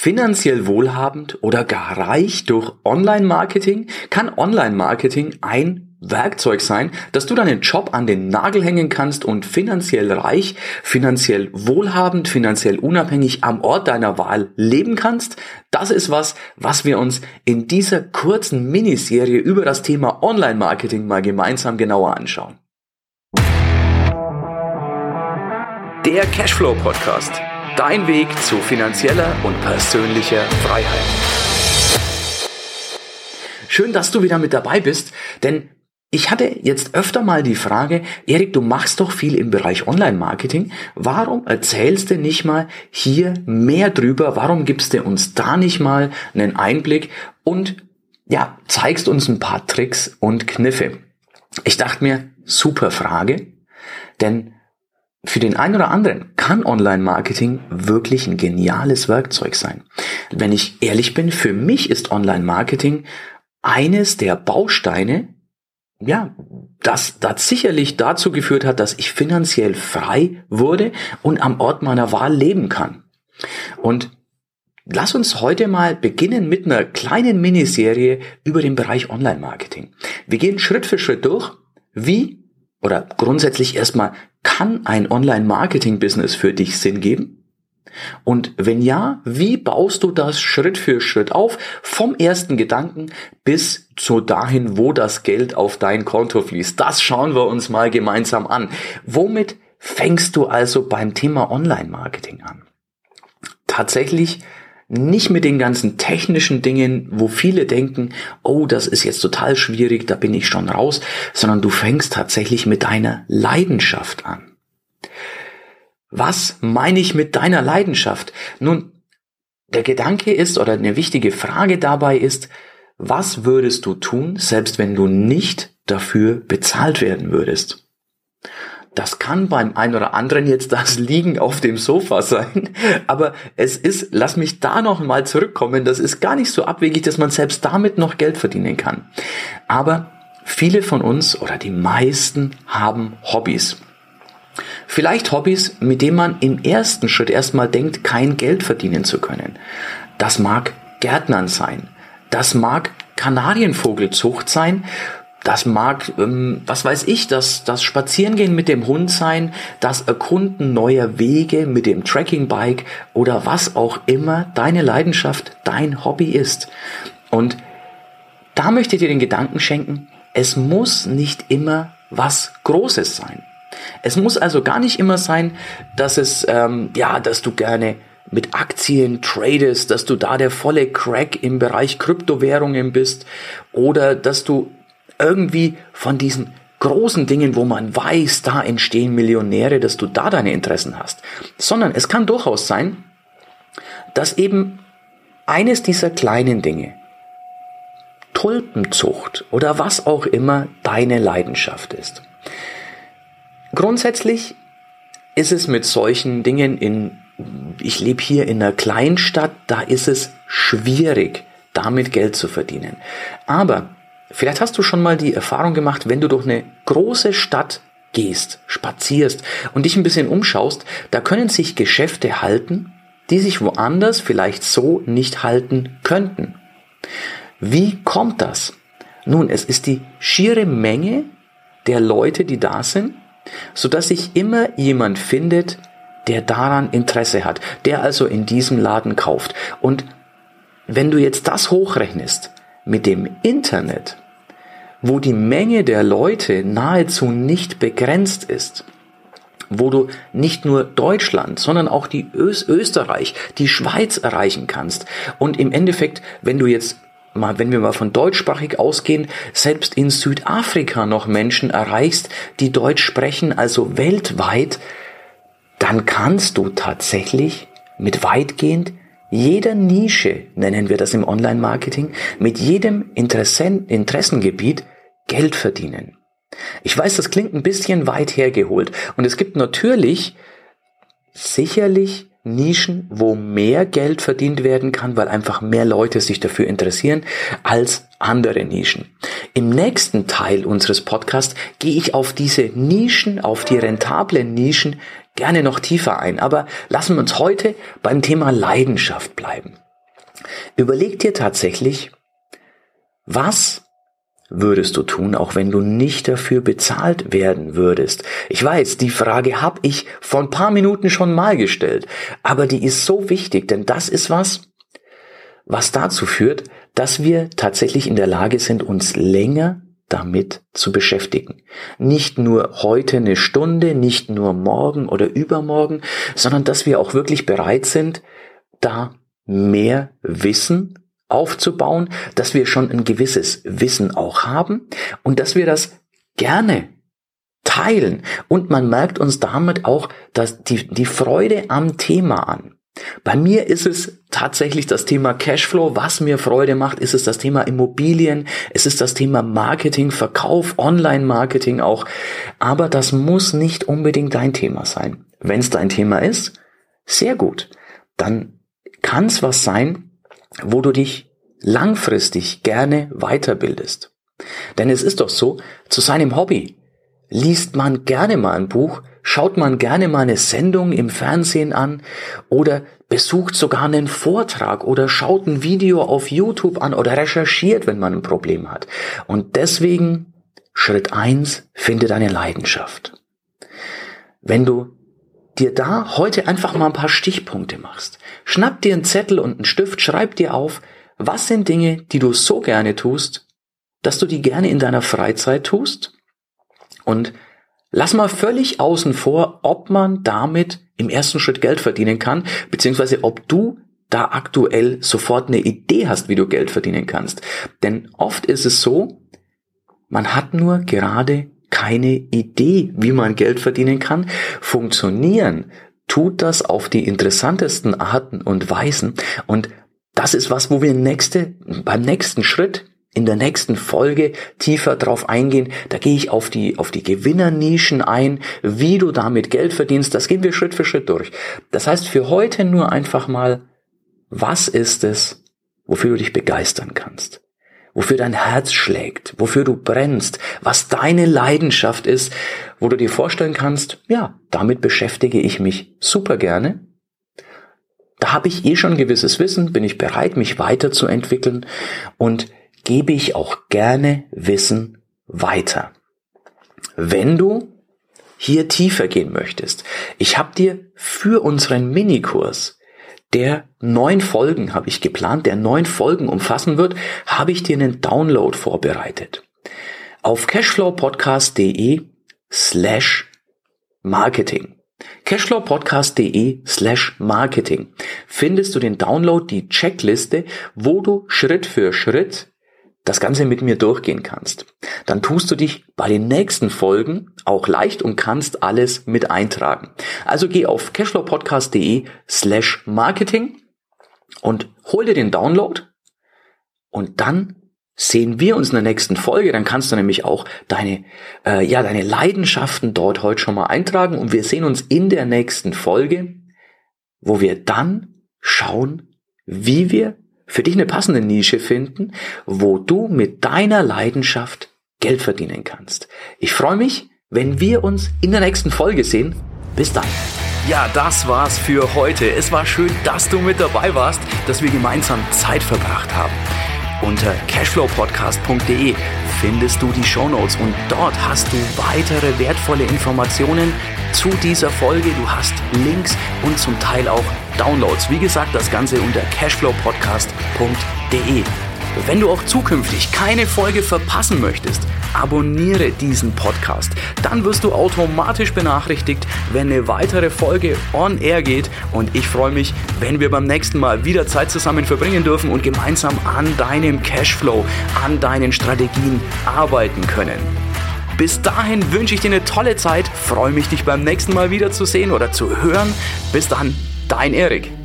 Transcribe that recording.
finanziell wohlhabend oder gar reich durch Online-Marketing? Kann Online-Marketing ein Werkzeug sein, dass du deinen Job an den Nagel hängen kannst und finanziell reich, finanziell wohlhabend, finanziell unabhängig am Ort deiner Wahl leben kannst? Das ist was wir uns in dieser kurzen Miniserie über das Thema Online-Marketing mal gemeinsam genauer anschauen. Der Cashflow Podcast. Dein Weg zu finanzieller und persönlicher Freiheit. Schön, dass du wieder mit dabei bist, denn ich hatte jetzt öfter mal die Frage, Erik, du machst doch viel im Bereich Online-Marketing. Warum erzählst du nicht mal hier mehr drüber? Warum gibst du uns da nicht mal einen Einblick und zeigst uns ein paar Tricks und Kniffe? Ich dachte mir, super Frage, denn für den einen oder anderen kann Online-Marketing wirklich ein geniales Werkzeug sein. Wenn ich ehrlich bin, für mich ist Online-Marketing eines der Bausteine, das sicherlich dazu geführt hat, dass ich finanziell frei wurde und am Ort meiner Wahl leben kann. Und lass uns heute mal beginnen mit einer kleinen Miniserie über den Bereich Online-Marketing. Wir gehen Schritt für Schritt durch, grundsätzlich erstmal, kann ein Online-Marketing-Business für dich Sinn geben? Und wenn ja, wie baust du das Schritt für Schritt auf, vom ersten Gedanken bis zu dahin, wo das Geld auf dein Konto fließt? Das schauen wir uns mal gemeinsam an. Womit fängst du also beim Thema Online-Marketing an? Tatsächlich nicht mit den ganzen technischen Dingen, wo viele denken, oh, das ist jetzt total schwierig, da bin ich schon raus, sondern du fängst tatsächlich mit deiner Leidenschaft an. Was meine ich mit deiner Leidenschaft? Nun, der Gedanke ist, oder eine wichtige Frage dabei ist, was würdest du tun, selbst wenn du nicht dafür bezahlt werden würdest? Das kann beim einen oder anderen jetzt das Liegen auf dem Sofa sein, aber lass mich da noch mal zurückkommen, das ist gar nicht so abwegig, dass man selbst damit noch Geld verdienen kann. Aber viele von uns oder die meisten haben Hobbys. Vielleicht Hobbys, mit denen man im ersten Schritt erstmal denkt, kein Geld verdienen zu können. Das mag Gärtnern sein, das mag Kanarienvogelzucht sein, das mag, das Spazierengehen mit dem Hund sein, das Erkunden neuer Wege mit dem Trekkingbike oder was auch immer deine Leidenschaft, dein Hobby ist. Und da möchte ich dir den Gedanken schenken, es muss nicht immer was Großes sein. Es muss also gar nicht immer sein, dass dass du gerne mit Aktien tradest, dass du da der volle Crack im Bereich Kryptowährungen bist oder dass du irgendwie von diesen großen Dingen, wo man weiß, da entstehen Millionäre, dass du da deine Interessen hast. Sondern es kann durchaus sein, dass eben eines dieser kleinen Dinge, Tulpenzucht oder was auch immer, deine Leidenschaft ist. Grundsätzlich ist es mit solchen Dingen ich lebe hier in einer Kleinstadt, da ist es schwierig, damit Geld zu verdienen. Aber vielleicht hast du schon mal die Erfahrung gemacht, wenn du durch eine große Stadt gehst, spazierst und dich ein bisschen umschaust, da können sich Geschäfte halten, die sich woanders vielleicht so nicht halten könnten. Wie kommt das? Nun, es ist die schiere Menge der Leute, die da sind, sodass sich immer jemand findet, der daran Interesse hat, der also in diesem Laden kauft. Und wenn du jetzt das hochrechnest mit dem Internet, wo die Menge der Leute nahezu nicht begrenzt ist, wo du nicht nur Deutschland, sondern auch die Österreich, die Schweiz erreichen kannst und im Endeffekt, wenn wir mal von deutschsprachig ausgehen, selbst in Südafrika noch Menschen erreichst, die Deutsch sprechen, also weltweit, dann kannst du tatsächlich mit weitgehend jeder Nische, nennen wir das im Online-Marketing, mit jedem Interessengebiet Geld verdienen. Ich weiß, das klingt ein bisschen weit hergeholt und es gibt natürlich sicherlich Nischen, wo mehr Geld verdient werden kann, weil einfach mehr Leute sich dafür interessieren als andere Nischen. Im nächsten Teil unseres Podcasts gehe ich auf diese Nischen, auf die rentablen Nischen gerne noch tiefer ein. Aber lassen wir uns heute beim Thema Leidenschaft bleiben. Überleg dir tatsächlich, was würdest du tun, auch wenn du nicht dafür bezahlt werden würdest? Ich weiß, die Frage habe ich vor ein paar Minuten schon mal gestellt, aber die ist so wichtig, denn das ist was dazu führt, dass wir tatsächlich in der Lage sind, uns länger damit zu beschäftigen. Nicht nur heute eine Stunde, nicht nur morgen oder übermorgen, sondern dass wir auch wirklich bereit sind, da mehr Wissen aufzubauen, dass wir schon ein gewisses Wissen auch haben und dass wir das gerne teilen. Und man merkt uns damit auch die Freude am Thema an. Bei mir ist es tatsächlich das Thema Cashflow. Was mir Freude macht, ist es das Thema Immobilien. Es ist das Thema Marketing, Verkauf, Online-Marketing auch. Aber das muss nicht unbedingt dein Thema sein. Wenn es dein Thema ist, sehr gut. Dann kann es was sein, wo du dich langfristig gerne weiterbildest. Denn es ist doch so, zu seinem Hobby liest man gerne mal ein Buch, schaut man gerne mal eine Sendung im Fernsehen an oder besucht sogar einen Vortrag oder schaut ein Video auf YouTube an oder recherchiert, wenn man ein Problem hat. Und deswegen Schritt 1, finde deine Leidenschaft. Wenn du dir da heute einfach mal ein paar Stichpunkte machst, schnapp dir einen Zettel und einen Stift, schreib dir auf, was sind Dinge, die du so gerne tust, dass du die gerne in deiner Freizeit tust, und lass mal völlig außen vor, ob man damit im ersten Schritt Geld verdienen kann, beziehungsweise ob du da aktuell sofort eine Idee hast, wie du Geld verdienen kannst. Denn oft ist es so, man hat nur gerade keine Idee, wie man Geld verdienen kann. Funktionieren tut das auf die interessantesten Arten und Weisen. Und das ist was, wo wir beim nächsten Schritt, in der nächsten Folge tiefer drauf eingehen. Da gehe ich auf die Gewinnernischen ein, wie du damit Geld verdienst. Das gehen wir Schritt für Schritt durch. Das heißt, für heute nur einfach mal, was ist es, wofür du dich begeistern kannst? Wofür dein Herz schlägt, wofür du brennst, was deine Leidenschaft ist, wo du dir vorstellen kannst, ja, damit beschäftige ich mich super gerne. Da habe ich schon ein gewisses Wissen, bin ich bereit, mich weiterzuentwickeln und gebe ich auch gerne Wissen weiter. Wenn du hier tiefer gehen möchtest, ich habe dir für unseren Minikurs, der 9 Folgen habe ich geplant, der 9 Folgen umfassen wird, habe ich dir einen Download vorbereitet. Auf cashflowpodcast.de/marketing. cashflowpodcast.de/marketing findest du den Download, die Checkliste, wo du Schritt für Schritt das Ganze mit mir durchgehen kannst. Dann tust du dich bei den nächsten Folgen auch leicht und kannst alles mit eintragen. Also geh auf cashflowpodcast.de/marketing und hol dir den Download und dann sehen wir uns in der nächsten Folge. Dann kannst du nämlich auch deine Leidenschaften dort heute schon mal eintragen und wir sehen uns in der nächsten Folge, wo wir dann schauen, wie wir für dich eine passende Nische finden, wo du mit deiner Leidenschaft Geld verdienen kannst. Ich freue mich, wenn wir uns in der nächsten Folge sehen. Bis dann. Ja, das war's für heute. Es war schön, dass du mit dabei warst, dass wir gemeinsam Zeit verbracht haben. Unter cashflowpodcast.de findest du die Shownotes und dort hast du weitere wertvolle Informationen zu dieser Folge. Du hast Links und zum Teil auch Downloads. Wie gesagt, das Ganze unter cashflowpodcast.de. Wenn du auch zukünftig keine Folge verpassen möchtest, abonniere diesen Podcast. Dann wirst du automatisch benachrichtigt, wenn eine weitere Folge on air geht. Und ich freue mich, wenn wir beim nächsten Mal wieder Zeit zusammen verbringen dürfen und gemeinsam an deinem Cashflow, an deinen Strategien arbeiten können. Bis dahin wünsche ich dir eine tolle Zeit, freue mich, dich beim nächsten Mal wieder zu sehen oder zu hören. Bis dann, dein Erik.